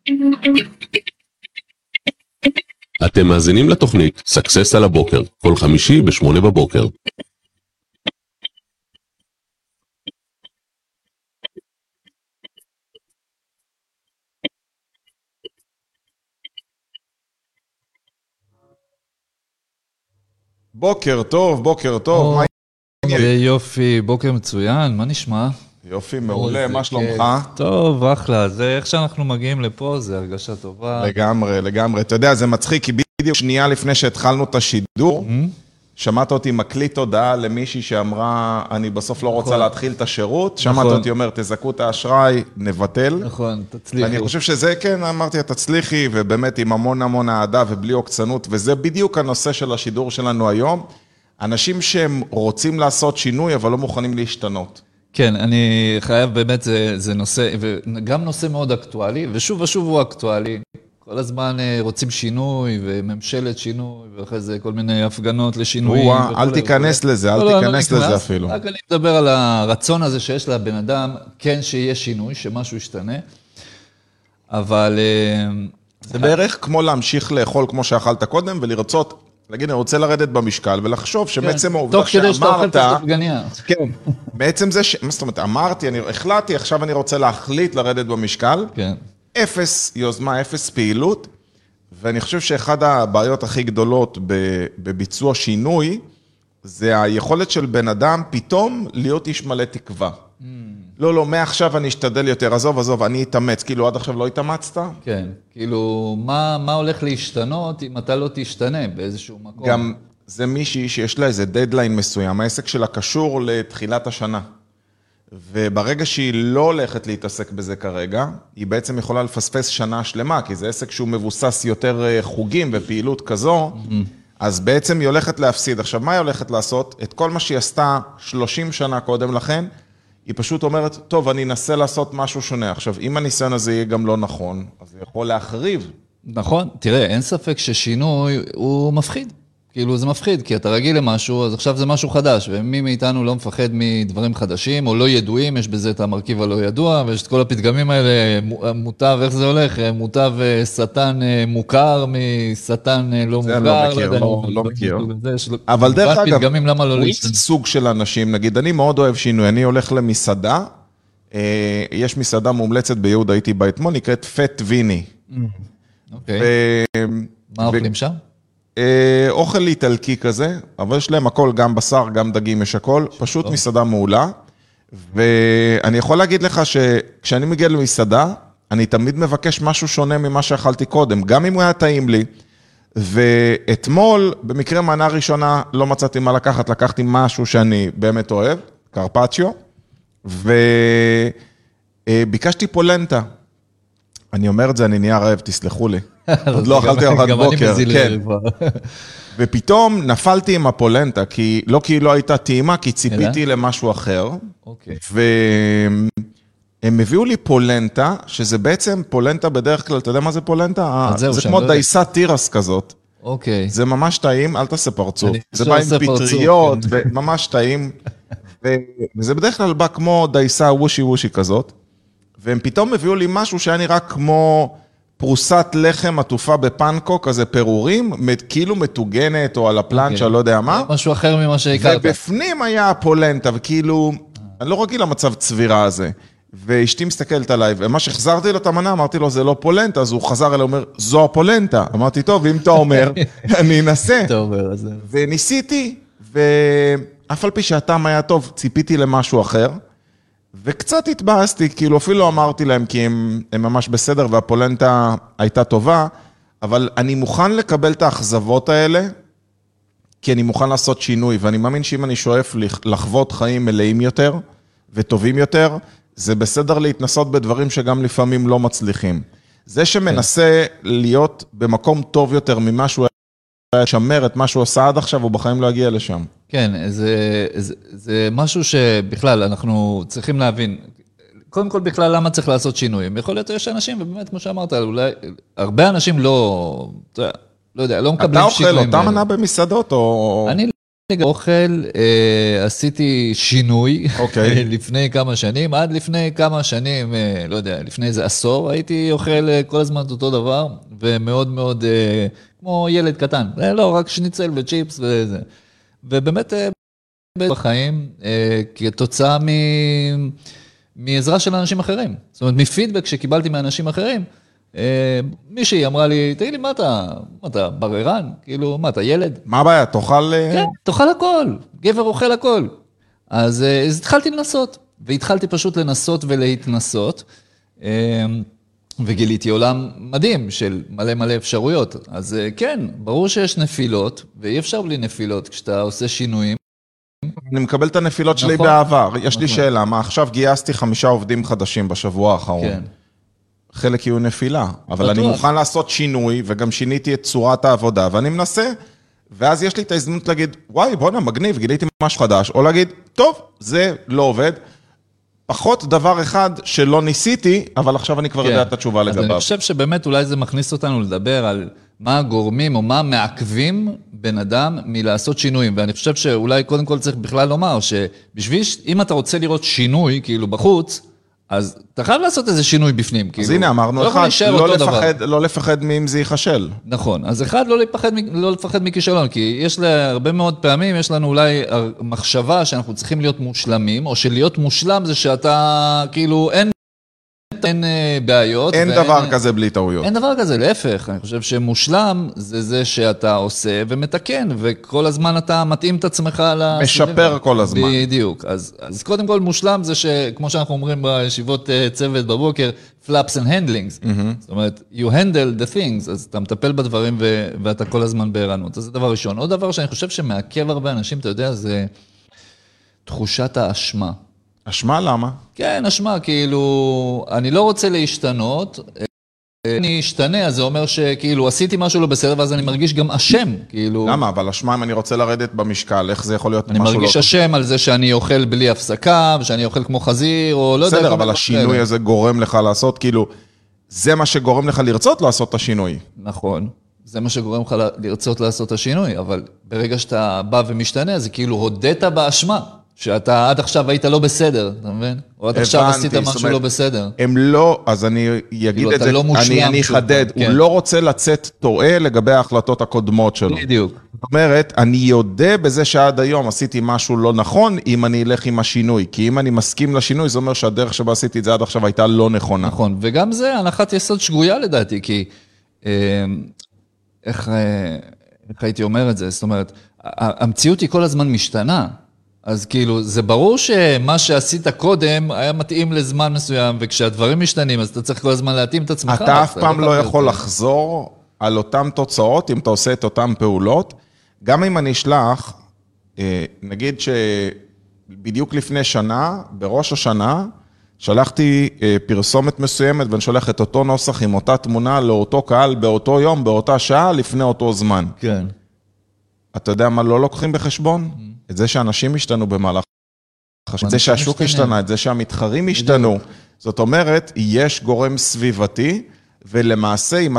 אתם מאזינים לתוכנית סאקסס על הבוקר, כל חמישי ב8 בבוקר. בוקר טוב, בוקר טוב. יופי, בוקר מצוין, מה נשמע? יופי, מעולה, מה שלומך? טוב, אחלה, זה איך שאנחנו מגיעים לפה, זה הרגשה טובה. לגמרי, לגמרי. אתה יודע, זה מצחיק, כי בדיוק שנייה לפני שהתחלנו את השידור, שמעת אותי מקליט הודעה למישהי שאמרה, אני בסוף לא רוצה להתחיל את השירות, שמעת אותי אומר, תזכו את האשראי, נבטל. נכון, תצליחי. ואני חושב שזה, כן, אמרתי, תצליחי, ובאמת עם המון המון אהדה ובלי עוקצנות, וזה בדיוק הנושא של השידור שלנו היום. אנשים שהם רוצים לעשות שינוי, אבל לא מוכנים להשתנות. כן, אני חייב, באמת זה נושא, וגם נושא מאוד אקטואלי, ושוב ושוב הוא אקטואלי. כל הזמן רוצים שינוי, וממשלת שינוי, ואחרי זה כל מיני הפגנות לשינוי. אל תיכנס לזה, אל תיכנס לזה אפילו. רק אני מדבר על הרצון הזה שיש לבן אדם, כן שיהיה שינוי, שמשהו ישתנה, אבל... זה בערך כמו להמשיך לאכול כמו שאכלת קודם, ולרצות... להגיד, אני רוצה לרדת במשקל, ולחשוב שבעצם העובדה שאמרת... תוך כדי שאתה אוכל את הסופגניה. כן. בעצם זה מה זאת אומרת, אמרתי, החלטתי, עכשיו אני רוצה להחליט לרדת במשקל. כן. אפס יוזמה, אפס פעילות, ואני חושב שאחד הבעיות הכי גדולות בביצוע שינוי, זה היכולת של בן אדם פתאום להיות איש מלא תקווה. לא, מעכשיו אני אשתדל יותר, עזוב, אני אתאמץ, כאילו עד עכשיו לא התאמצת? כן, כאילו, מה הולך להשתנות אם אתה לא תשתנה באיזשהו מקום? גם זה מישהי שיש לה איזה דדליין מסוים, העסק שלה קשור לתחילת השנה, וברגע שהיא לא הולכת להתעסק בזה כרגע, היא בעצם יכולה לפספס שנה שלמה, כי זה עסק שהוא מבוסס יותר חוגים ופעילות כזו, אז בעצם היא הולכת להפסיד. עכשיו, מה היא הולכת לעשות? את כל מה שהיא עשתה 30 שנה קודם לכן, היא פשוט אומרת, טוב, אני אנסה לעשות משהו שונה. עכשיו, אם הניסיון הזה יהיה גם לא נכון, אז זה יכול להחריב. נכון, תראה, אין ספק ששינוי הוא מפחיד. כאילו זה מפחיד, כי אתה רגיל למשהו, אז עכשיו זה משהו חדש, ומי מאיתנו לא מפחד מדברים חדשים, או לא ידועים, יש בזה את המרכיב הלא ידוע, ויש את כל הפתגמים האלה, מוטב, איך זה הולך? מוטב שטן מוכר משטן לא מוכר. זה לא מכיר. אבל דרך אגב, הוא סוג של אנשים, נגיד, אני מאוד אוהב שינוי, אני הולך למסעדה, יש מסעדה מומלצת ביהודה, הייתי בה אתמול, נקראת פט ויני. אוקיי. מה אוכלים שם? אוכל איטלקי כזה, אבל יש להם הכל, גם בשר, גם דגים, יש הכל, פשוט מסעדה מעולה, ואני יכול להגיד לך שכשאני מגיע למסעדה, אני תמיד מבקש משהו שונה ממה שאכלתי קודם, גם אם הוא היה טעים לי, ואתמול, במקרה מנה ראשונה, לא מצאתי מה לקחת, לקחתי משהו שאני באמת אוהב, קרפצ'יו, וביקשתי פולנטה. אני אומר את זה, אני נהיה רעב, תסלחו לי. עוד לא אכלתי ארוחת בוקר, כן. ופתאום נפלתי עם הפולנטה, לא כי לא הייתה טעימה, כי ציפיתי למשהו אחר. והם הביאו לי פולנטה, שזה בעצם פולנטה בדרך כלל, אתה יודע מה זה פולנטה? זה כמו דייסת תירס כזאת. זה ממש טעים, אל תעשה פרצוף. זה בא עם פטריות, וממש טעים. וזה בדרך כלל בא כמו דייסה וושי וושי כזאת. והם פתאום הביאו לי משהו שהיה נראה כמו פרוסת לחם עטופה בפנקו, כזה פירורים, כאילו מטוגנת או על הפלנצ'ה, לא יודע מה. משהו אחר ממה שהכרת. ובפנים היה הפולנטה, וכאילו, אני לא רגיל למצב צבירה הזה. ואשתי מסתכלת עליי, ומה שהחזרתי לו את המנה, אמרתי לו, זה לא פולנטה, אז הוא חזר אליי, אומר, זו הפולנטה. אמרתי, טוב, אם אתה אומר, אני אנסה. וניסיתי, ואף על פי שהטעם היה טוב, ציפיתי למשהו אחר. וקצת התבאסתי, כאילו אפילו אמרתי להם, כי הם ממש בסדר, והפולנטה הייתה טובה, אבל אני מוכן לקבל את האכזבות האלה, כי אני מוכן לעשות שינוי, ואני מאמין שאם אני שואף לחוות חיים מלאים יותר, וטובים יותר, זה בסדר להתנסות בדברים שגם לפעמים לא מצליחים. זה שמנסה להיות במקום טוב יותר ממה שהוא לשמר את מה שהוא עושה עד עכשיו, הוא בחיים לא יגיע לשם. כן, זה משהו שבכלל אנחנו צריכים להבין. קודם כל בכלל למה צריך לעשות שינויים? יכול להיות יש אנשים, ובאמת כמו שאמרת, אולי הרבה אנשים לא יודע, לא מקבלים שינויים. אתה אוכל אותה מנה במסעדות או... אני אוכל, עשיתי שינוי אוקיי. לפני כמה שנים, עד לפני כמה שנים, לא יודע, לפני איזה עשור, הייתי אוכל כל הזמן את אותו דבר, ומאוד מאוד כמו ילד קטן, לא, רק שניצל וצ'יפס וזה. ובאמת בחיים, כתוצאה מעזרה של אנשים אחרים. זאת אומרת, מפידבק שקיבלתי מאנשים אחרים, מישהי אמרה לי, תגיד לי, מה אתה בררן? כאילו, מה אתה ילד? מה הבעיה? תאכל... כן, תאכל הכל, גבר אוכל הכל. אז התחלתי לנסות, והתחלתי פשוט לנסות ולהתנסות, וגיליתי עולם מדהים של מלא מלא אפשרויות. אז כן, ברור שיש נפילות, ואי אפשר בלי נפילות כשאתה עושה שינויים. אני מקבל את הנפילות שלי נכון. בעבר. יש לי נכון. שאלה, מה עכשיו גייסתי 5 עובדים חדשים בשבוע האחרון. כן. חלק יהיו נפילה, אבל אני בטוח. מוכן לעשות שינוי, וגם שיניתי את צורת העבודה, ואני מנסה, ואז יש לי את ההזדמנות להגיד, וואי, בוא'נה, מגניב, גיליתי משהו חדש, או להגיד, טוב, זה לא עובד, פחות דבר אחד שלא ניסיתי, אבל עכשיו אני כבר יודע את התשובה אז לגביו. אני חושב שבאמת אולי זה מכניס אותנו לדבר על מה הגורמים או מה מעכבים בן אדם מלעשות שינויים, ואני חושב שאולי קודם כל צריך בכלל לומר שבשביל, אם אתה רוצה לראות שינוי כאילו בחוץ, אז אתה חייב לעשות איזה שינוי בפנים. אז הנה, אמרנו אחד, לא לפחד מאם זה ייחשל. נכון, אז אחד, לא לפחד מכישלון, כי יש הרבה מאוד פעמים, יש לנו אולי מחשבה שאנחנו צריכים להיות מושלמים, או שלהיות מושלם זה שאתה, כאילו, אין בעיות. אין דבר כזה בלי טעויות. אין דבר כזה, להפך. אני חושב שמושלם זה זה שאתה עושה ומתקן, וכל הזמן אתה מתאים את עצמך משפר כל הזמן. בדיוק. אז קודם כל מושלם זה שכמו שאנחנו אומרים בישיבות צוות בבוקר, flaps and handlings. זאת אומרת, you handle the things, אז אתה מטפל בדברים ואתה כל הזמן בערנות. אז זה דבר ראשון. עוד דבר שאני חושב שמעכב הרבה אנשים, אתה יודע, זה תחושת האשמה. אשמה למה? כן, אשמה, כאילו, אני לא רוצה להשתנות, אני אשתנה, אז זה אומר שכאילו עשיתי משהו לא בסדר, ואז אני מרגיש גם אשם, כאילו... למה? אבל אשמה אם אני רוצה לרדת במשקל, איך זה יכול להיות אני משהו לא... מרגיש אשם על זה שאני אוכל בלי הפסקה, ושאני אוכל כמו חזיר, או לא יודע... בסדר, אבל השינוי הזה גורם לך לעשות, כאילו, זה מה שגורם לך לרצות לעשות את השינוי. נכון, זה מה שגורם לך לרצות לעשות את השינוי, אבל ברגע שאתה בא ומשתנה, זה כאילו הודית באשמה. שאתה עד עכשיו היית לא בסדר, אתה מבין? או עד עכשיו עשית משהו לא בסדר. הם לא, אז אני אגיד את זה, אני אחדד, הוא לא רוצה לצאת טועה לגבי ההחלטות הקודמות שלו. בדיוק. זאת אומרת, אני יודע בזה שעד היום עשיתי משהו לא נכון, אם אני אלך עם השינוי. כי אם אני מסכים לשינוי, זה אומר שהדרך שבה עשיתי את זה עד עכשיו הייתה לא נכונה. נכון, וגם זה הנחת יסוד שגויה לדעתי, כי איך הייתי אומר את זה? זאת אומרת, המציאות היא כל הזמן משתנה. אז כאילו, זה ברור שמה שעשית קודם היה מתאים לזמן מסוים, וכשהדברים משתנים, אז אתה צריך כל הזמן להתאים את עצמך. אתה אף פעם לא יכול לחזור על אותן תוצאות, אם אתה עושה את אותן פעולות. גם אם אני אשלח, נגיד שבדיוק לפני שנה, בראש השנה, שלחתי פרסומת מסוימת, ואני שולח את אותו נוסח עם אותה תמונה לאותו קהל, באותו יום, באותה שעה, לפני אותו זמן. כן. אתה יודע מה לא לוקחים בחשבון? את זה שאנשים השתנו במהלך, את זה שהשוק השתנה, את זה שהמתחרים השתנו. זאת אומרת, יש גורם סביבתי, ולמעשה אם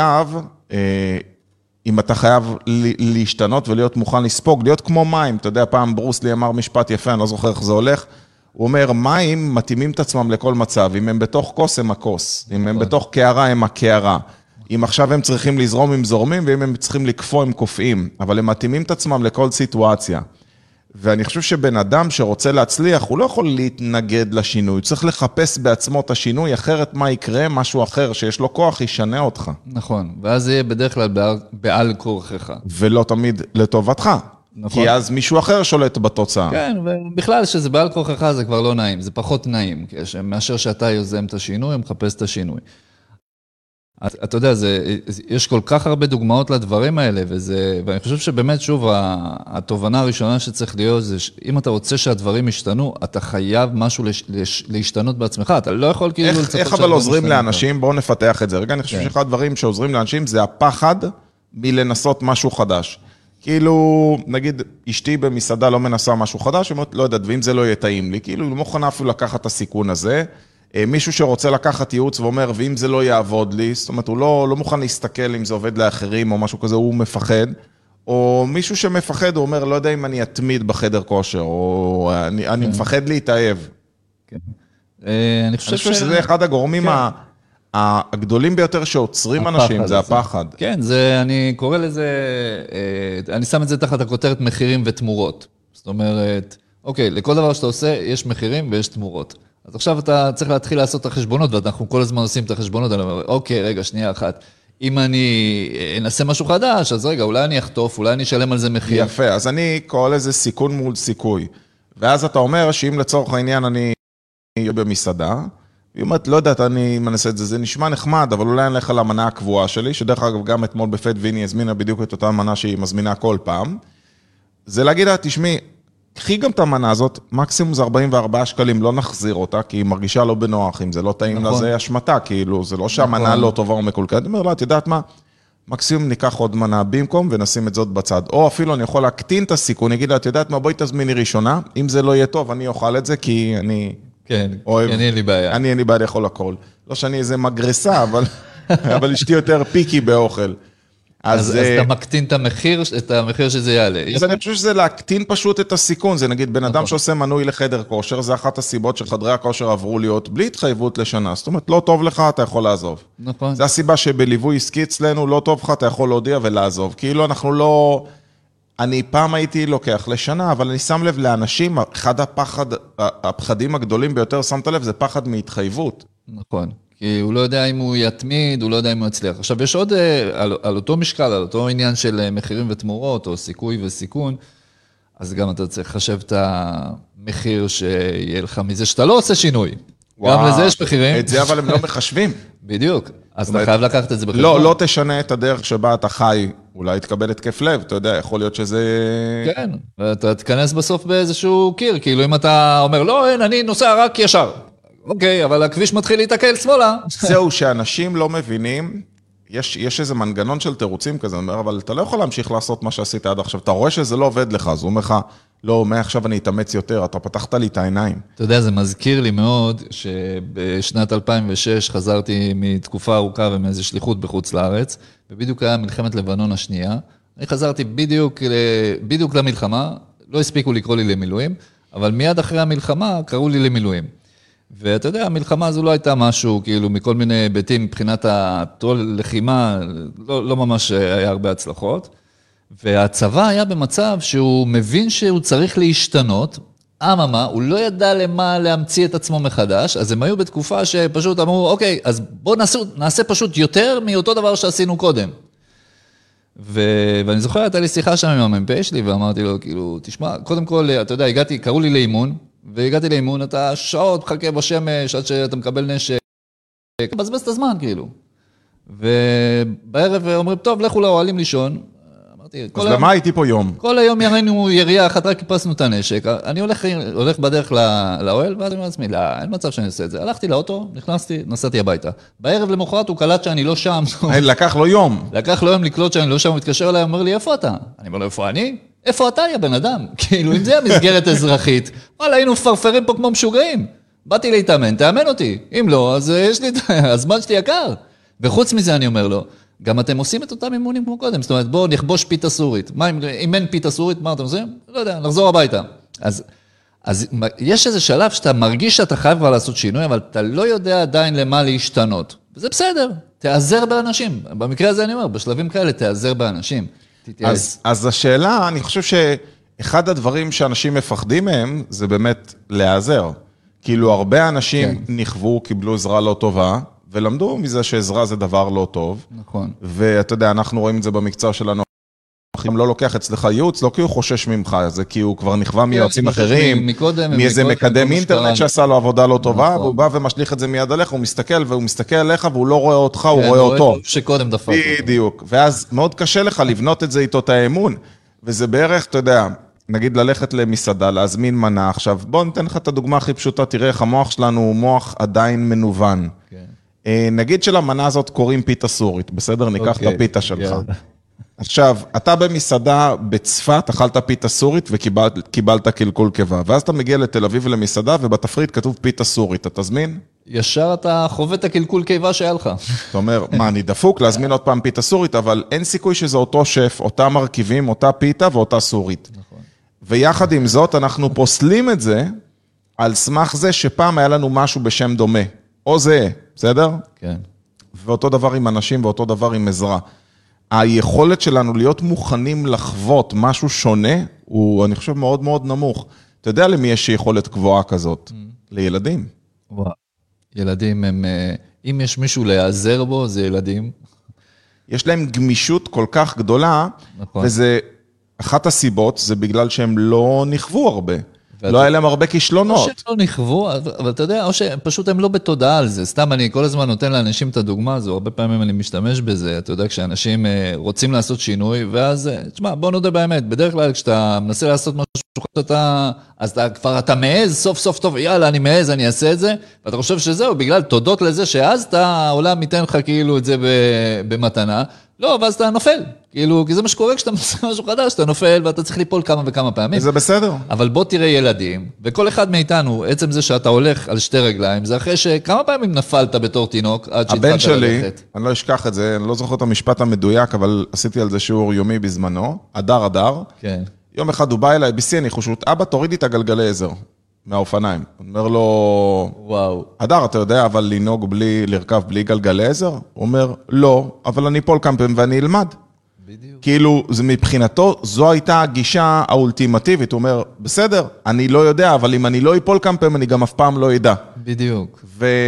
אתה חייב להשתנות ולהיות מוכן לספוג, להיות כמו מים, אתה יודע, פעם ברוס לי אמר משפט יפה, אני לא זוכר איך זה הולך, הוא אומר, מים מתאימים את עצמם לכל מצב, אם הם בתוך כוס הם הכוס, אם הם בתוך קערה הם הקערה. אם עכשיו הם צריכים לזרום הם זורמים, ואם הם צריכים לקפוא הם קופאים, אבל הם מתאימים את עצמם לכל סיטואציה. ואני חושב שבן אדם שרוצה להצליח, הוא לא יכול להתנגד לשינוי, הוא צריך לחפש בעצמו את השינוי, אחרת מה יקרה, משהו אחר שיש לו כוח, ישנה אותך. נכון, ואז זה יהיה בדרך כלל בעל כורחך. ולא תמיד לטובתך. נכון. כי אז מישהו אחר שולט בתוצאה. כן, ובכלל שזה בעל כורחך זה כבר לא נעים, זה פחות נעים, מאשר שאתה יוזם את השינוי, מחפש את השינוי. אתה יודע, יש כל כך הרבה דוגמאות לדברים האלה, ואני חושב שבאמת, שוב, התובנה הראשונה שצריך להיות, זה שאם אתה רוצה שהדברים ישתנו, אתה חייב משהו להשתנות בעצמך, אתה לא יכול כאילו לצפות... איך אבל עוזרים לאנשים? בואו נפתח את זה. רגע, אני חושב שאחד הדברים שעוזרים לאנשים, זה הפחד מלנסות משהו חדש. כאילו, נגיד, אשתי במסעדה לא מנסה משהו חדש, אומרת, לא יודעת, ואם זה לא יהיה טעים לי, כאילו, לא מוכנה אפילו לקחת את הסיכון הזה, מישהו שרוצה לקחת ייעוץ ואומר, ואם זה לא יעבוד לי, זאת אומרת, הוא לא מוכן להסתכל אם זה עובד לאחרים או משהו כזה, הוא מפחד. או מישהו שמפחד, הוא אומר, לא יודע אם אני אתמיד בחדר כושר, או אני מפחד להתאהב. אני חושב שזה אחד הגורמים הגדולים ביותר שעוצרים אנשים, זה הפחד. כן, אני קורא לזה, אני שם את זה תחת הכותרת מחירים ותמורות. זאת אומרת, אוקיי, לכל דבר שאתה עושה, יש מחירים ויש תמורות. אז עכשיו אתה צריך להתחיל לעשות את החשבונות, ואנחנו כל הזמן עושים את החשבונות, אני אומר, אוקיי, רגע, שנייה אחת. אם אני אנסה משהו חדש, אז רגע, אולי אני אחטוף, אולי אני אשלם על זה מחיר. יפה, אז אני קורא לזה סיכון מול סיכוי. ואז אתה אומר שאם לצורך העניין אני אהיה במסעדה, היא אומרת, לא יודעת, אני מנסה את זה, זה נשמע נחמד, אבל אולי אני אלך על המנה הקבועה שלי, שדרך אגב גם אתמול בפט ויני הזמינה בדיוק את אותה מנה שהיא מזמינה כל פעם. זה להגיד לה, תשמעי, קחי גם את המנה הזאת, מקסימום זה 44 שקלים, לא נחזיר אותה, כי היא מרגישה לא בנוח, אם זה לא טעים לה, זה השמטה, כאילו, זה לא שהמנה לא טובה או מקולקלת, אני אומר לה, את יודעת מה? מקסימום ניקח עוד מנה במקום ונשים את זאת בצד, או אפילו אני יכול להקטין את הסיכון, נגיד לה, את יודעת מה, בואי תזמיני ראשונה, אם זה לא יהיה טוב, אני אוכל את זה, כי אני אוהב, אין לי בעיה. אני אין לי בעיה לאכול הכל. לא שאני איזה מגרסה, אבל אשתי יותר פיקי באוכל. אז אתה מקטין את המחיר שזה יעלה. אז אני חושב שזה להקטין פשוט את הסיכון, זה נגיד בן אדם שעושה מנוי לחדר כושר, זה אחת הסיבות שחדרי הכושר עברו להיות בלי התחייבות לשנה, זאת אומרת, לא טוב לך, אתה יכול לעזוב. נכון. זה הסיבה שבליווי עסקי אצלנו, לא טוב לך, אתה יכול להודיע ולעזוב. כאילו אנחנו לא, אני פעם הייתי לוקח לשנה, אבל אני שם לב לאנשים, אחד הפחדים הגדולים ביותר, שמת לב, זה פחד מהתחייבות. נכון. כי הוא לא יודע אם הוא יתמיד, הוא לא יודע אם הוא יצליח. עכשיו, יש עוד, על אותו משקל, על אותו עניין של מחירים ותמורות, או סיכוי וסיכון, אז גם אתה צריך לחשב את המחיר שיהיה לך מזה שאתה לא עושה שינוי. גם לזה יש מחירים. את זה אבל הם לא מחשבים. בדיוק. אז אתה חייב לקחת את זה בחשבון. לא תשנה את הדרך שבה אתה חי, אולי תקבל התקף לב, אתה יודע, יכול להיות שזה... כן, ואתה תיכנס בסוף באיזשהו קיר, כאילו אם אתה אומר, לא, אין, אני נוסע רק ישר. אוקיי, אבל הכביש מתחיל להתעכל שמאלה. זהו, שאנשים לא מבינים, יש איזה מנגנון של תירוצים כזה, אבל אתה לא יכול להמשיך לעשות מה שעשית עד עכשיו, אתה רואה שזה לא עובד לך, אז הוא אומר לך, לא, מעכשיו אני אתאמץ יותר, אתה פתחת לי את העיניים. אתה יודע, זה מזכיר לי מאוד, שבשנת 2006 חזרתי מתקופה ארוכה ומאיזו שליחות בחוץ לארץ, ובדיוק היה מלחמת לבנון השנייה, אני חזרתי בדיוק למלחמה, לא הספיקו לקרוא לי למילואים, אבל מיד אחרי המלחמה קראו לי למילואים. ואתה יודע, המלחמה הזו לא הייתה משהו, כאילו, מכל מיני היבטים, מבחינת התול לחימה, לא ממש היה הרבה הצלחות. והצבא היה במצב שהוא מבין שהוא צריך להשתנות, אממה, הוא לא ידע למה להמציא את עצמו מחדש, אז הם היו בתקופה שפשוט אמרו, אוקיי, אז בואו נעשה פשוט יותר מאותו דבר שעשינו קודם. ואני זוכר, הייתה לי שיחה שם עם המ"פ שלי, ואמרתי לו, כאילו, תשמע, קודם כל, אתה יודע, קראו לי לאימון, והגעתי לאימון, אתה שעות חכה בשמש, עד שאתה מקבל נשק, בזבז את הזמן, כאילו. ובערב אומרים, טוב, לכו לאוהלים לישון. אמרתי, אז למה הייתי פה יום? כל היום יראינו ירייה אחת, רק חיפשנו את הנשק. אני הולך בדרך לאוהל, ואז אני אומר לעצמי, לא, אין מצב שאני אעשה את זה. הלכתי לאוטו, נכנסתי, נסעתי הביתה. בערב למחרת הוא קלט שאני לא שם. לקח לו יום. לקח לו יום לקלוט שאני לא שם, הוא מתקשר אליי, אומר לי, איפה אתה? אני אומר לו, איפה אני? איפה אתה, יא בן אדם? כאילו, אם זה המסגרת אזרחית, וואלה, היינו פרפרים פה כמו משוגעים. באתי להתאמן, תאמן אותי. אם לא, אז יש לי, הזמן שלי יקר. וחוץ מזה אני אומר לו, גם אתם עושים את אותם אימונים כמו קודם. זאת אומרת, בואו נכבוש פיתה סורית. מה, אם אין פיתה סורית, מה אתם עושים? לא יודע, נחזור הביתה. אז יש איזה שלב שאתה מרגיש שאתה חייב כבר לעשות שינוי, אבל אתה לא יודע עדיין למה להשתנות. וזה בסדר, תעזר באנשים. במקרה הזה אני אומר, בשלבים כאלה, תעזר באנשים. אז השאלה, אני חושב שאחד הדברים שאנשים מפחדים מהם, זה באמת להיעזר. כאילו, הרבה אנשים נכוו, קיבלו עזרה לא טובה, ולמדו מזה שעזרה זה דבר לא טוב. נכון. ואתה יודע, אנחנו רואים את זה במקצוע שלנו. אם לא לוקח אצלך ייעוץ, לא כי הוא חושש ממך, זה כי הוא כבר נכווה מיועצים אחרים, מאיזה מקדם אינטרנט שעשה לו עבודה לא טובה, והוא בא ומשליך את זה מיד עליך, הוא מסתכל והוא מסתכל עליך, והוא לא רואה אותך, הוא רואה אותו. שקודם דפק. בדיוק. ואז מאוד קשה לך לבנות את זה איתו את האמון, וזה בערך, אתה יודע, נגיד ללכת למסעדה, להזמין מנה. עכשיו, בוא ניתן לך את הדוגמה הכי פשוטה, תראה איך המוח שלנו הוא מוח עדיין מנוון. נגיד שלמנה הזאת קוראים פיתה סורית, בסדר? ניקח את הפיתה שלך. עכשיו, אתה במסעדה בצפת, אכלת פיתה סורית וקיבלת קלקול קיבה, ואז אתה מגיע לתל אביב למסעדה ובתפריט כתוב פיתה סורית, אתה תזמין? ישר אתה חווה את הקלקול קיבה שהיה לך. אתה אומר, מה, אני דפוק להזמין עוד פעם פיתה סורית, אבל אין סיכוי שזה אותו שף, אותם מרכיבים, אותה פיתה ואותה סורית. נכון. ויחד עם זאת, אנחנו פוסלים את זה על סמך זה שפעם היה לנו משהו בשם דומה, או זה, בסדר? כן. ואותו דבר עם אנשים ואותו דבר עם עזרה. היכולת שלנו להיות מוכנים לחוות משהו שונה, הוא, אני חושב, מאוד מאוד נמוך. אתה יודע למי יש יכולת גבוהה כזאת? לילדים. וואו. ילדים הם, אם יש מישהו להיעזר בו, זה ילדים. יש להם גמישות כל כך גדולה, נכון. וזה, אחת הסיבות, זה בגלל שהם לא נכוו הרבה. לא היה להם הרבה כישלונות. או שהם לא נכוו, אבל אתה יודע, או שפשוט הם לא בתודעה על זה. סתם אני כל הזמן נותן לאנשים את הדוגמה הזו, הרבה פעמים אני משתמש בזה, אתה יודע, כשאנשים רוצים לעשות שינוי, ואז, תשמע, בוא נודה באמת, בדרך כלל כשאתה מנסה לעשות משהו, אז אתה מעז, סוף סוף טוב, יאללה, אני מעז, אני אעשה את זה, ואתה חושב שזהו, בגלל תודות לזה שהעזת, העולם ייתן לך כאילו את זה במתנה, לא, ואז אתה נופל, כאילו, כי זה מה שקורה כשאתה מנסה משהו חדש, אתה נופל ואתה צריך ליפול כמה וכמה פעמים. זה בסדר. אבל בוא תראה ילדים, וכל אחד מאיתנו, עצם זה שאתה הולך על שתי רגליים, זה אחרי שכמה פעמים נפלת בתור תינוק, עד שהתחלת ללכת. הבן שלי, אני לא אשכח את זה, אני לא זוכר את המשפט המדויק, אבל עשיתי על זה שיעור יומי בזמנו, אדר. כן. יום אחד הוא בא אליי, בשיא הניחושות, אבא, תורידי את הגלגלי עזר מהאופניים. אני אומר לו, וואו. אדר, אתה יודע, אבל לנהוג לרכב בלי גלגלי עזר? הוא אומר, לא, אבל אני אפול כמה פעמים ואני אלמד. בדיוק. כאילו, מבחינתו, זו הייתה הגישה האולטימטיבית. הוא אומר, בסדר, אני לא יודע, אבל אם אני לא אפול כמה פעמים, אני גם אף פעם לא ידע. בדיוק.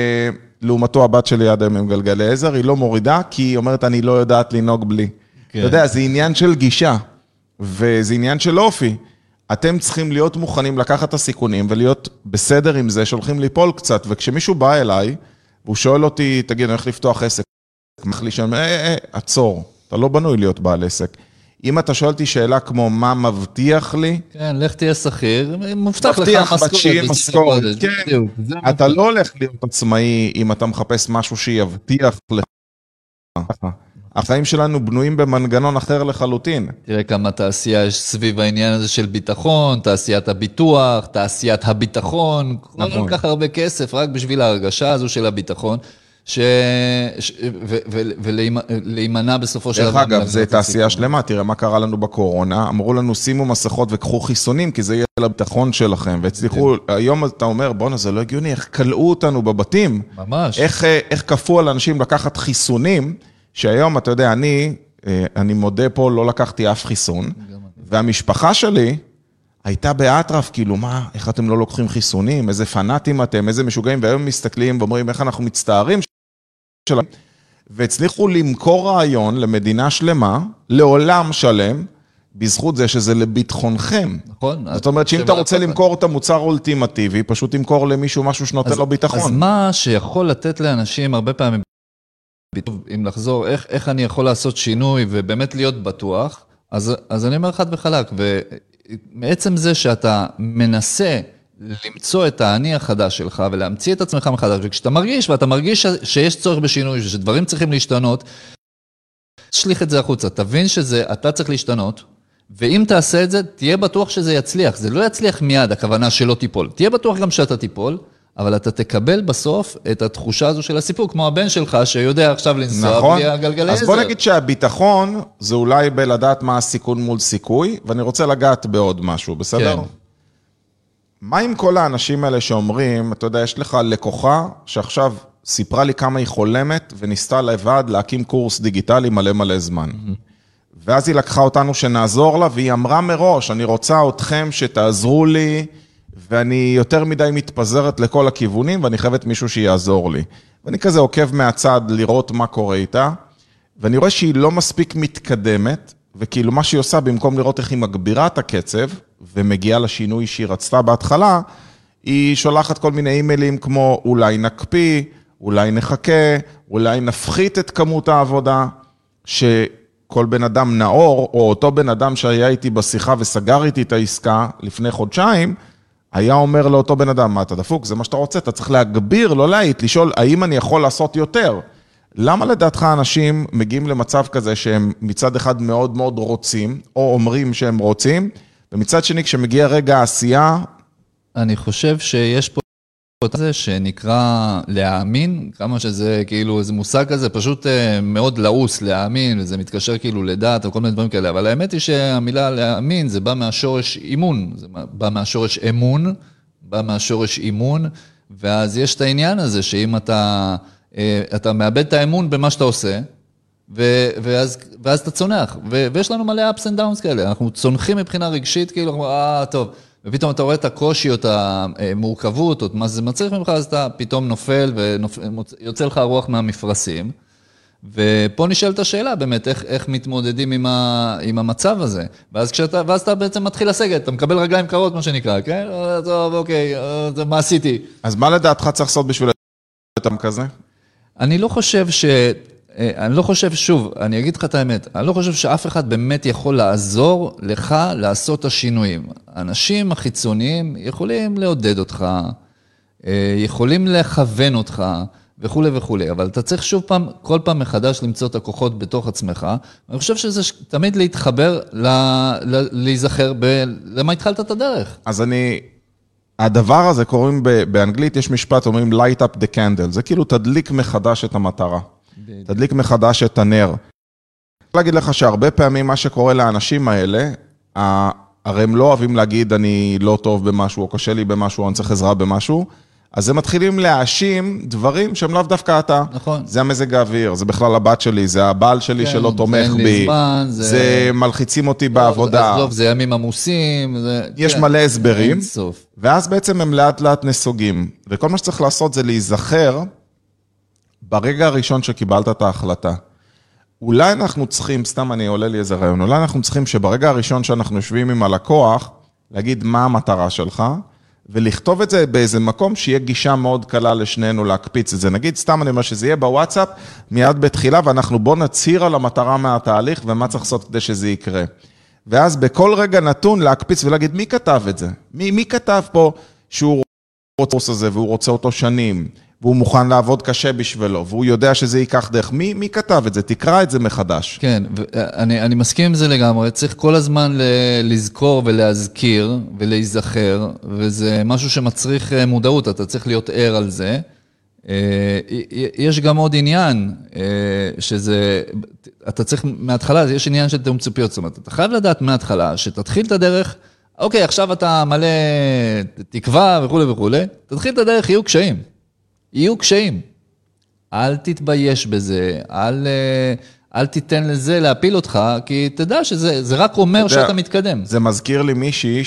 ולעומתו הבת שלי יד עם גלגלי עזר, היא לא מורידה, כי היא אומרת, אני לא יודעת לנהוג בלי. כן. אתה יודע, זה עניין של גישה, וזה עניין של אופי. אתם צריכים להיות מוכנים לקחת את הסיכונים, ולהיות בסדר עם זה, שהולכים ליפול קצת, וכשמישהו בא אליי, והוא שואל אותי, תגיד, אני הולך לפתוח עסק, מחליש, עצור, אתה לא בנוי להיות בעל עסק. אם אתה שואל אותי שאלה כמו, מה מבטיח לי? כן, לך תהיה שכיר, מובטח לך משכורת. כן, אתה לא הולך להיות עצמאי, אם אתה מחפש משהו שיבטיח לך. החיים שלנו בנויים במנגנון אחר לחלוטין. תראה כמה תעשייה יש סביב העניין הזה של ביטחון, תעשיית הביטוח, תעשיית הביטחון, כל כך הרבה כסף רק בשביל ההרגשה הזו של הביטחון, ולהימנע בסופו של דבר. דרך אגב, זה תעשייה שלמה, תראה מה קרה לנו בקורונה, אמרו לנו שימו מסכות וקחו חיסונים, כי זה יהיה לביטחון שלכם, והצליחו, היום אתה אומר, בוא'נה, זה לא הגיוני, איך קלעו אותנו בבתים, ממש. איך כפו על אנשים לקחת חיסונים, שהיום, אתה יודע, אני מודה פה, לא לקחתי אף חיסון, והמשפחה שלי הייתה באטרף, כאילו, מה, איך אתם לא לוקחים חיסונים, איזה פנאטים אתם, איזה משוגעים, והיום מסתכלים ואומרים, איך אנחנו מצטערים שלהם, והצליחו למכור רעיון למדינה שלמה, לעולם שלם, בזכות זה שזה לביטחונכם. נכון. זאת אומרת, שאם אתה רוצה למכור את המוצר האולטימטיבי, פשוט תמכור למישהו משהו שנותן לו ביטחון. אז מה שיכול לתת לאנשים הרבה פעמים, אם לחזור, איך אני יכול לעשות שינוי ובאמת להיות בטוח, אז אני אומר חד וחלק, ומעצם זה שאתה מנסה למצוא את האני החדש שלך ולהמציא את עצמך מחדש, וכשאתה מרגיש ואתה מרגיש שיש צורך בשינוי ושדברים צריכים להשתנות, תשליך את זה החוצה, תבין שזה אתה צריך להשתנות, ואם תעשה את זה, תהיה בטוח שזה יצליח, זה לא יצליח מיד, הכוונה שלא תיפול, תהיה בטוח גם שאתה תיפול, אבל אתה תקבל בסוף את התחושה הזו של הסיפור, כמו הבן שלך שיודע עכשיו לנסוע נכון. בלי הגלגלי עזר. אז בוא נגיד שהביטחון זה אולי בלדעת מה הסיכון מול סיכוי, ואני רוצה לגעת בעוד משהו, בסדר? כן. מה עם כל האנשים האלה שאומרים, אתה יודע, יש לך לקוחה שעכשיו סיפרה לי כמה היא חולמת, וניסתה לבד להקים קורס דיגיטלי מלא זמן. ואז היא לקחה אותנו שנעזור לה, והיא אמרה מראש, אני רוצה אתכם שתעזרו לי, ואני יותר מדי מתפזרת לכל הכיוונים, ואני חייבת מישהו שיעזור לי. ואני כזה עוקב מהצד לראות מה קורה איתה, ואני רואה שהיא לא מספיק מתקדמת, וכאילו מה שהיא עושה, במקום לראות איך היא מגבירה את הקצב, ומגיעה לשינוי שהיא רצתה בהתחלה, היא שולחת כל מיני אימיילים כמו אולי נקפיא, אולי נחכה, אולי נפחית את כמות העבודה, שכל בן אדם נאור, או אותו בן אדם שהיה איתי בשיחה וסגר איתי את העסקה לפני חודשיים, היה אומר לאותו בן אדם, מה אתה דפוק? זה מה שאתה רוצה, אתה צריך להגביר, לא להיט, לשאול, האם אני יכול לעשות יותר? למה לדעתך אנשים מגיעים למצב כזה שהם מצד אחד מאוד מאוד רוצים, או אומרים שהם רוצים, ומצד שני כשמגיע רגע העשייה... אני חושב שיש פה את זה שנקרא להאמין, כמה שזה כאילו איזה מושג כזה, פשוט מאוד לעוס להאמין, וזה מתקשר כאילו לדעת או כל מיני דברים כאלה, אבל האמת היא שהמילה להאמין זה בא מהשורש אימון, זה בא מהשורש אמון, בא מהשורש אימון, ואז יש את העניין הזה שאם אתה מאבד את האמון במה שאתה עושה, ואז אתה צונח, ויש לנו מלא ups and downs כאלה, אנחנו צונחים מבחינה רגשית, כאילו, טוב, ופתאום אתה רואה את הקושי או את המורכבות, או מה זה מצריך ממך, אז אתה פתאום נופל, ויוצא לך הרוח מהמפרשים, ופה נשאלת השאלה באמת, איך מתמודדים עם המצב הזה, ואז אתה בעצם מתחיל לסגת, אתה מקבל רגליים קרות, מה שנקרא, כן? טוב, אוקיי, מה עשיתי? אז מה לדעתך צריך לעשות בשביל את כזה? אני לא חושב, שוב, אני אגיד לך את האמת, אני לא חושב שאף אחד באמת יכול לעזור לך לעשות את השינויים. האנשים החיצוניים יכולים לעודד אותך, יכולים לכוון אותך, וכו' וכו', אבל אתה צריך שוב פעם, כל פעם מחדש למצוא את הכוחות בתוך עצמך. אני חושב שזה תמיד להתחבר, להיזכר למה התחלת את הדרך. אז הדבר הזה קוראים באנגלית, יש משפט, אומרים light up the candle, זה כאילו תדליק מחדש את המטרה. תדליק מחדש את הנר. אני רוצה להגיד לך שהרבה פעמים מה שקורה לאנשים האלה, הרי הם לא אוהבים להגיד אני לא טוב במשהו, או קשה לי במשהו, או אני צריך עזרה במשהו, אז הם מתחילים להאשים דברים שהם לאו דווקא אתה. נכון. זה המזג האוויר, זה בכלל הבת שלי, זה הבעל שלי שלא תומך בי, זה מלחיצים אותי בעבודה. עזוב, זה ימים עמוסים. יש מלא הסברים, ואז בעצם הם לאט לאט נסוגים, וכל מה שצריך לעשות זה להיזכר, ברגע הראשון שקיבלת את ההחלטה, אולי אנחנו צריכים, סתם אני עולה לי איזה רעיון, אולי אנחנו צריכים שברגע הראשון שאנחנו יושבים עם הלקוח, להגיד מה המטרה שלך, ולכתוב את זה באיזה מקום שיהיה גישה מאוד קלה לשנינו להקפיץ את זה. נגיד, סתם אני אומר שזה יהיה בוואטסאפ, מיד בתחילה, ואנחנו בוא נציר על המטרה מהתהליך, ומה צריך לעשות כדי שזה יקרה. ואז בכל רגע נתון להקפיץ ולהגיד, מי כתב את זה? מי כתב פה שהוא רוצה את זה, והוא רוצה אותו שנים, והוא מוכן לעבוד קשה בשבילו, והוא יודע שזה ייקח דרך. מי כתב את זה? תקרא את זה מחדש. כן, אני מסכים עם זה לגמרי. צריך כל הזמן לזכור ולהזכיר ולהיזכר, וזה משהו שמצריך מודעות, אתה צריך להיות ער על זה. יש גם עוד עניין, שזה, אתה צריך מההתחלה, יש עניין של תאום ציפיות, זאת אומרת, אתה חייב לדעת מההתחלה, שתתחיל את הדרך, אוקיי, עכשיו אתה מלא תקווה וכו' וכו', תתחיל את הדרך, יהיו קשיים. אל תתבייש בזה, אל תיתן לזה להפיל אותך, כי תדע שזה רק אומר שאתה מתקדם. זה מזכיר לי מישהי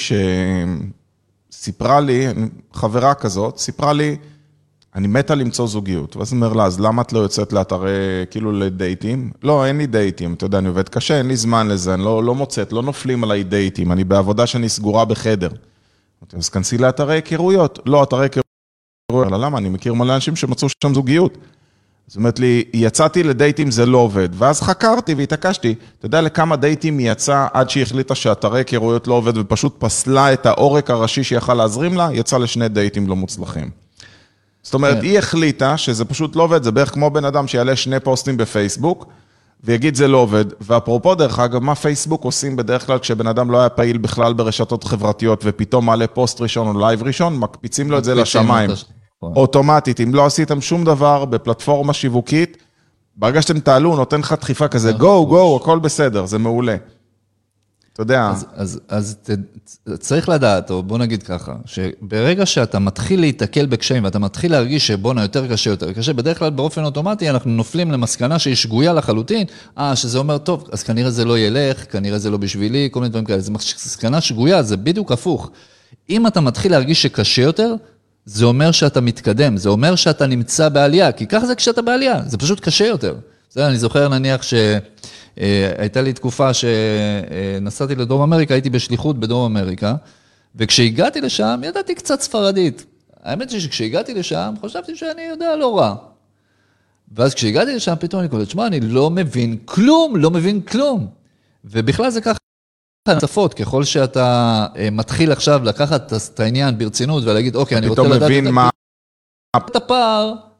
שסיפרה לי, חברה כזאת, סיפרה לי, אני מתה למצוא זוגיות. ואז אומר לה, אז למה את לא יוצאת לאתרי, כאילו לדייטים? לא, אין לי דייטים, אתה יודע, אני עובד קשה, אין לי זמן לזה, אני לא מוצאת, לא נופלים עליי דייטים, אני בעבודה שאני סגורה בחדר. אז כנסי לאתרי היכרויות. לא, אתרי היכרויות. למה? אני מכיר מלא אנשים שמצאו שם זוגיות. זאת אומרת לי, יצאתי לדייטים, זה לא עובד. ואז חקרתי והתעקשתי, אתה יודע לכמה דייטים היא יצאה עד שהיא החליטה שאתרי היכרויות לא עובד, ופשוט פסלה את העורק הראשי שיכל להזרים לה, יצא לשני דייטים לא מוצלחים. זאת אומרת, היא החליטה שזה פשוט לא עובד, זה בערך כמו בן אדם שיעלה 2 פוסטים בפייסבוק, ויגיד זה לא עובד. ואפרופו דרך אגב, מה פייסבוק עושים בדרך כלל כשבן אדם לא היה פעיל בכלל ברשתות חברתיות, ופתאום מעלה פוסט ראשון או לייב ראשון, מקפיצים לו את זה לשמיים. אוטומטית, אם לא עשיתם שום דבר בפלטפורמה שיווקית, ברגע שאתם תעלו, נותן לך דחיפה כזה, גו, הכל בסדר, זה מעולה. אתה יודע. אז צריך לדעת, או בוא נגיד ככה, שברגע שאתה מתחיל להתקל בקשיים, ואתה מתחיל להרגיש שבונה יותר קשה, בדרך כלל באופן אוטומטי אנחנו נופלים למסקנה שהיא שגויה לחלוטין, שזה אומר, טוב, אז כנראה זה לא ילך, כנראה זה לא בשבילי, כל מיני דברים כאלה, זה מסקנה שגויה, זה בדיוק הפוך. אם אתה מתחיל להרגיש שקשה יותר, זה אומר שאתה מתקדם, זה אומר שאתה נמצא בעלייה, כי ככה זה כשאתה בעלייה, זה פשוט קשה יותר. אני זוכר נניח שהייתה לי תקופה שנסעתי לדרום אמריקה, הייתי בשליחות בדרום אמריקה, וכשהגעתי לשם ידעתי קצת ספרדית. האמת היא שכשהגעתי לשם חשבתי שאני יודע לא רע. ואז כשהגעתי לשם פתאום אני קולט, שמע, אני לא מבין כלום. ובכלל זה ככה נצפות, ככל שאתה מתחיל עכשיו לקחת את העניין ברצינות ולהגיד, אוקיי, אני רוצה לדעת את הפער,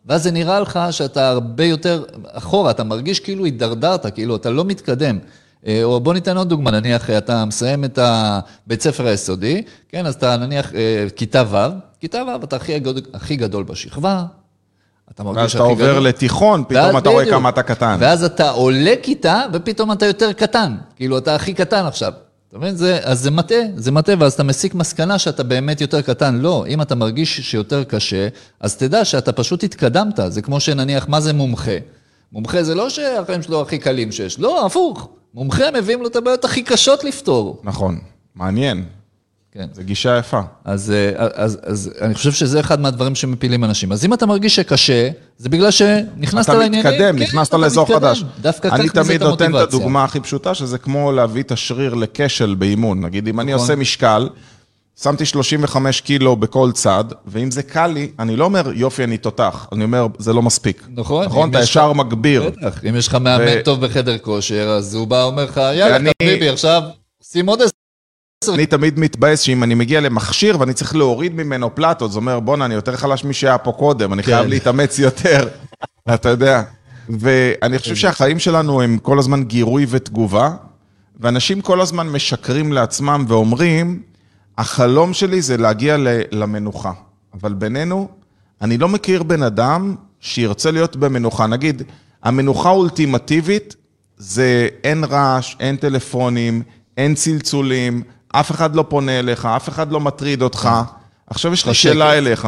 ואז זה נראה לך שאתה הרבה יותר אחורה, אתה מרגיש כאילו הידרדרת, כאילו אתה לא מתקדם. או בוא ניתן עוד דוגמה, נניח אתה מסיים את הבית ספר היסודי, כן, אז אתה נניח כיתה ו', אתה הכי גדול בשכבה, אתה מרגיש הכי גדול. ואז אתה עובר לתיכון, פתאום אתה רואה כמה אתה קטן. ואז אתה עולה כיתה, ופתאום אתה יותר קטן, כאילו אתה הכי קטן עכשיו. אתה מבין? אז זה מטה, ואז אתה מסיק מסקנה שאתה באמת יותר קטן. לא, אם אתה מרגיש שיותר קשה, אז תדע שאתה פשוט התקדמת. זה כמו שנניח, מה זה מומחה? מומחה זה לא שהחיים שלו הכי קלים שיש. לא, הפוך. מומחה מביאים לו את הבעיות הכי קשות לפתור. נכון, מעניין. כן. זה גישה יפה. אז אני חושב שזה אחד מהדברים שמפילים אנשים. אז אם אתה מרגיש שקשה, זה בגלל שנכנסת לעניינים. אתה מתקדם, נכנסת לאזור חדש. דווקא כך אני מזה את תמיד נותן המוטיבציה. את הדוגמה הכי פשוטה, שזה כמו להביא את השריר לכשל באימון. נגיד, אם אני עושה משקל, שמתי 35 קילו בכל צד, ואם זה קל לי, אני לא אומר, יופי, אני תותח. אני אומר, זה לא מספיק. נכון. אתה ישר מגביר. בטח, אם יש לך מאמן טוב בחדר כושר, אז הוא בא, אומר לך, יאללה, חביבי, עכשיו שים עוד 10. אני תמיד מתבאס שאם אני מגיע למכשיר ואני צריך להוריד ממנו פלטות, זה אומר, בונה, אני יותר חלש מי שהיה פה קודם, אני חייב להתאמץ יותר, אתה יודע. ואני חושב שהחיים שלנו הם כל הזמן גירוי ותגובה, ואנשים כל הזמן משקרים לעצמם ואומרים, החלום שלי זה להגיע למנוחה. אבל בינינו, אני לא מכיר בן אדם שירצה להיות במנוחה. נגיד, המנוחה האולטימטיבית זה אין רעש, אין טלפונים, אין צלצולים, אף אחד לא פונה אליך, אף אחד לא מטריד אותך. עכשיו יש לי שאלה אליך.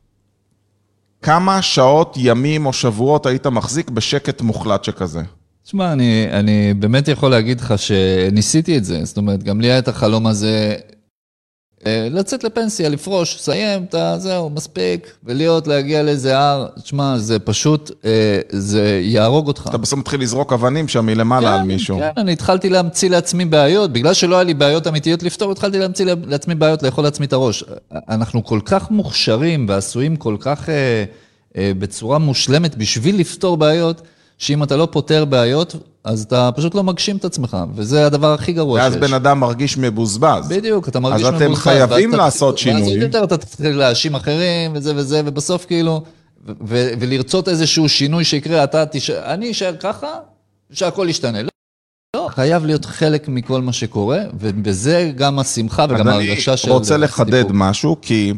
כמה שעות, ימים או שבועות היית מחזיק בשקט מוחלט שכזה? תשמע, אני באמת יכול להגיד לך שניסיתי את זה. זאת אומרת, גם לי היה את החלום הזה לצאת לפנסיה, לפרוש, סיים, זהו, מספיק, ולהיות, להגיע לאיזה הר. תשמע, זה פשוט, זה יהרוג אותך. אתה בסוף מתחיל לזרוק אבנים שם מלמעלה על מישהו. כן, אני התחלתי להמציא לעצמי בעיות, בגלל שלא היה לי בעיות אמיתיות לפתור, התחלתי להמציא לעצמי בעיות, לאכול לעצמי את הראש. אנחנו כל כך מוכשרים ועשויים כל כך בצורה מושלמת בשביל לפתור בעיות, שאם אתה לא פותר בעיות, אז אתה פשוט לא מגשים את עצמך, וזה הדבר הכי גרוע שיש. ואז בן אדם מרגיש מבוזבז. בדיוק, אתה מרגיש מבוזבז. אז אתם חייבים לעשות שינוי. ואז עוד יותר אתה תתחיל להאשים אחרים, וזה וזה, ובסוף כאילו, ולרצות איזשהו שינוי שיקרה, אני אשאר ככה, שהכל ישתנה. לא, חייב להיות חלק מכל מה שקורה, ובזה גם השמחה וגם ההרגשה של... אני רוצה לחדד משהו, כי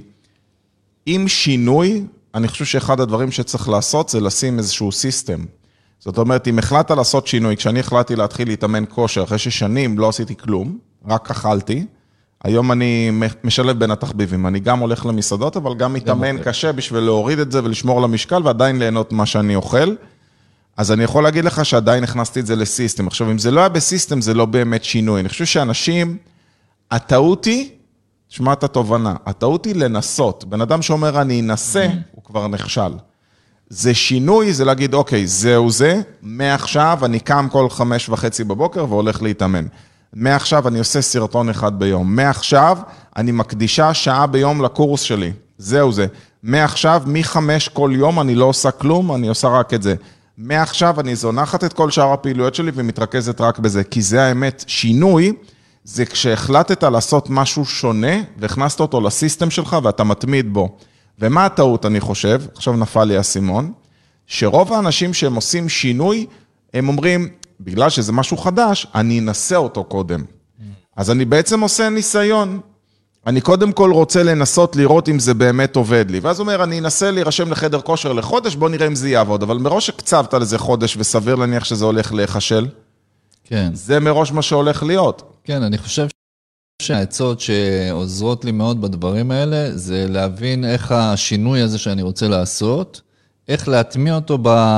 עם שינוי, אני חושב שאחד הדברים שצריך לעשות, זה לשים איזשהו סיסטם. זאת אומרת, אם החלטת לעשות שינוי, כשאני החלטתי להתחיל להתאמן כושר, אחרי ששנים לא עשיתי כלום, רק אכלתי, היום אני משלב בין התחביבים, אני גם הולך למסעדות, אבל גם מתאמן קשה בשביל להוריד את זה ולשמור למשקל, ועדיין ליהנות מה שאני אוכל. אז אני יכול להגיד לך שעדיין הכנסתי את זה לסיסטם. עכשיו, אם זה לא היה בסיסטם, זה לא באמת שינוי. אני חושב שאנשים, הטעות היא, תשמע את התובנה, הטעות היא לנסות. בן אדם שאומר, אני אנסה, הוא כבר נכשל. זה שינוי, זה להגיד, אוקיי, זהו זה, מעכשיו אני קם כל 5:30 בבוקר והולך להתאמן. מעכשיו אני עושה סרטון אחד ביום. מעכשיו אני מקדישה שעה ביום לקורס שלי. זהו זה. מעכשיו, מ-5 כל יום אני לא עושה כלום, אני עושה רק את זה. מעכשיו אני זונחת את כל שאר הפעילויות שלי ומתרכזת רק בזה. כי זה האמת, שינוי זה כשהחלטת לעשות משהו שונה והכנסת אותו לסיסטם שלך ואתה מתמיד בו. ומה הטעות, אני חושב, עכשיו נפל לי הסימון, שרוב האנשים שהם עושים שינוי, הם אומרים, בגלל שזה משהו חדש, אני אנסה אותו קודם. אז אני בעצם עושה ניסיון. אני קודם כל רוצה לנסות לראות אם זה באמת עובד לי. ואז אומר, אני אנסה להירשם לחדר כושר לחודש, בוא נראה אם זה יעבוד. אבל מראש הקצבת לזה חודש, וסביר להניח שזה הולך להיחשל. כן. זה מראש מה שהולך להיות. כן, אני חושב שהעצות שעוזרות לי מאוד בדברים האלה, זה להבין איך השינוי הזה שאני רוצה לעשות, איך להטמיע אותו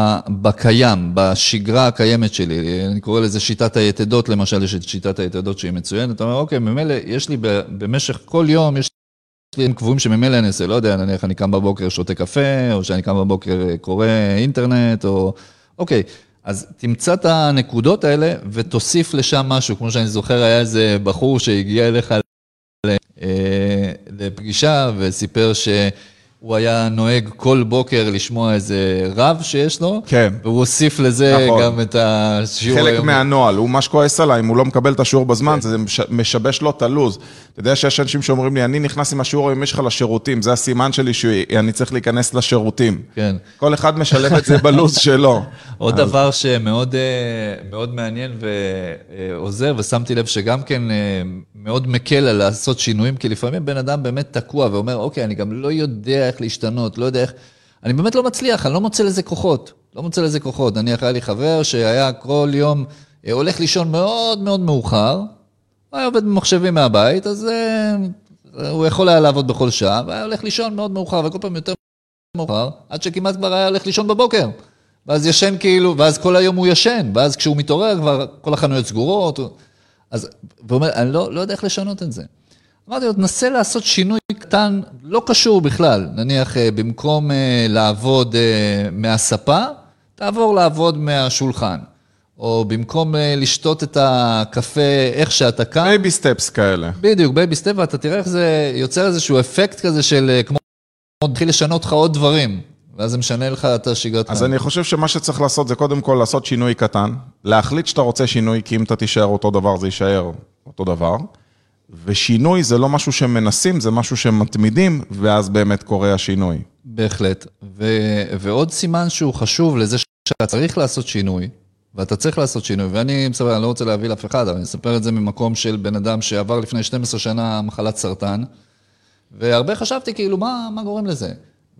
בקיים, בשגרה הקיימת שלי. אני קורא לזה שיטת היתדות, למשל, יש את שיטת היתדות שהיא מצוינת. אתה אומר, אוקיי, ממילא יש לי במשך כל יום, יש לי קבועים שממילא אני אעשה, לא יודע, נניח אני קם בבוקר שותה קפה, או שאני קם בבוקר קורא אינטרנט, או... אוקיי, אז תמצא את הנקודות האלה ותוסיף לשם משהו, כמו שאני זוכר, היה איזה בחור שהגיע אליך לפגישה וסיפר הוא היה נוהג כל בוקר לשמוע איזה רב שיש לו, כן. והוא הוסיף לזה נכון. גם את השיעור חלק היום. מהנועל, הוא ממש כועס עליי, אם הוא לא מקבל את השיעור בזמן, זה משבש לו את הלוז. אתה יודע שיש אנשים שאומרים לי, אני נכנס עם השיעור היומי שלך לשירותים, זה הסימן שלי שאני צריך להיכנס לשירותים. כן. כל אחד משלב את זה בלוז שלו. עוד דבר שמאוד מאוד מעניין ועוזר, ושמתי לב שגם כן מאוד מקל על לעשות שינויים, כי לפעמים בן אדם באמת תקוע ואומר, אוקיי, אני גם לא יודע איך להשתנות, לא יודע איך, אני באמת לא מצליח, אני לא מוצא לזה כוחות, לא מוצא לזה כוחות. אני היה לי חבר שהיה כל יום, הולך לישון מאוד מאוד מאוחר, הוא היה עובד במחשבים מהבית, אז הוא יכול היה לעבוד בכל שעה, והיה הולך לישון מאוד מאוחר, וכל פעם יותר מאוחר, עד שכמעט כבר היה הולך לישון בבוקר. ואז ישן כאילו, ואז כל היום הוא ישן, ואז כשהוא מתעורר כבר כל החנויות סגורות, אז, והוא אומר, אני לא יודע איך לשנות את זה. אמרתי לו, תנסה לעשות שינוי קטן, לא קשור בכלל, נניח במקום לעבוד מהספה, תעבור לעבוד מהשולחן, או במקום לשתות את הקפה איך שאתה כאן. בייבי סטפס כאלה. בדיוק, בייבי סטפ, ואתה תראה איך זה יוצר איזשהו אפקט כזה של כמו תתחיל לשנות לך עוד דברים, ואז זה משנה לך את השגרת. אז אני חושב שמה שצריך לעשות זה קודם כל לעשות שינוי קטן, להחליט שאתה רוצה שינוי, כי אם אתה תישאר אותו דבר, זה יישאר אותו דבר, ושינוי זה לא משהו שמנסים, זה משהו שמתמידים, ואז באמת קורה השינוי. בהחלט. ועוד סימן שהוא חשוב לזה שאתה צריך לעשות שינוי, ואתה צריך לעשות שינוי, ואני מספר, אני לא רוצה להביא לאף אחד, אבל אני אספר את זה ממקום של בן אדם שעבר לפני 12 שנה מחלת סרטן, והרבה חשבתי כאילו, מה גורם לזה?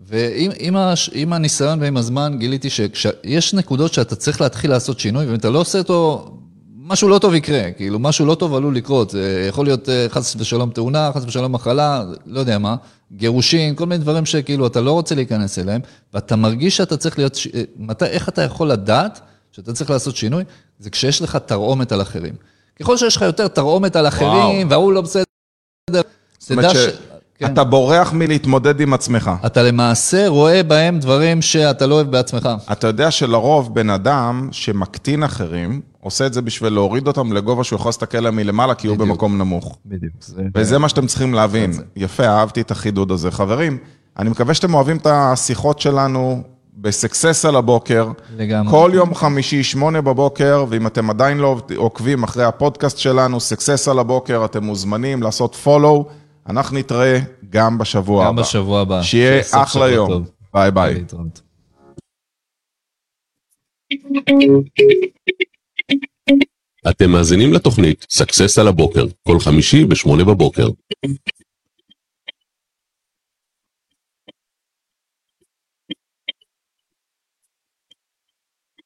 ועם הניסיון ועם הזמן גיליתי שיש נקודות שאתה צריך להתחיל לעשות שינוי, ואם אתה לא עושה אותו, משהו לא טוב יקרה, כאילו משהו לא טוב עלול לקרות, זה יכול להיות חס ושלום תאונה, חס ושלום מחלה, לא יודע מה, גירושין, כל מיני דברים שכאילו אתה לא רוצה להיכנס אליהם, ואתה מרגיש שאתה צריך להיות, איך אתה יכול לדעת שאתה צריך לעשות שינוי? זה כשיש לך תרעומת על אחרים. ככל שיש לך יותר תרעומת על אחרים, והוא לא בסדר, תדע אתה בורח מלהתמודד עם עצמך. אתה למעשה רואה בהם דברים שאתה לא אוהב בעצמך. אתה יודע שלרוב בן אדם שמקטין אחרים, עושה את זה בשביל להוריד אותם לגובה שהוא יכול להסתכל להם מלמעלה, כי הוא במקום נמוך. בדיוק. וזה מה שאתם צריכים להבין. יפה, אהבתי את החידוד הזה. חברים, אני מקווה שאתם אוהבים את השיחות שלנו בסקסס על הבוקר. לגמרי. כל יום חמישי, 8 בבוקר, ואם אתם עדיין לא עוקבים אחרי הפודקאסט שלנו, סקסס על הבוקר, אתם מוזמנים לעשות follow. אנחנו נתראה גם בשבוע הבא. גם בשבוע הבא. שיהיה אחלה יום. ביי ביי. אתם מאזינים לתוכנית סקסס על הבוקר, כל חמישי ב8 בבוקר.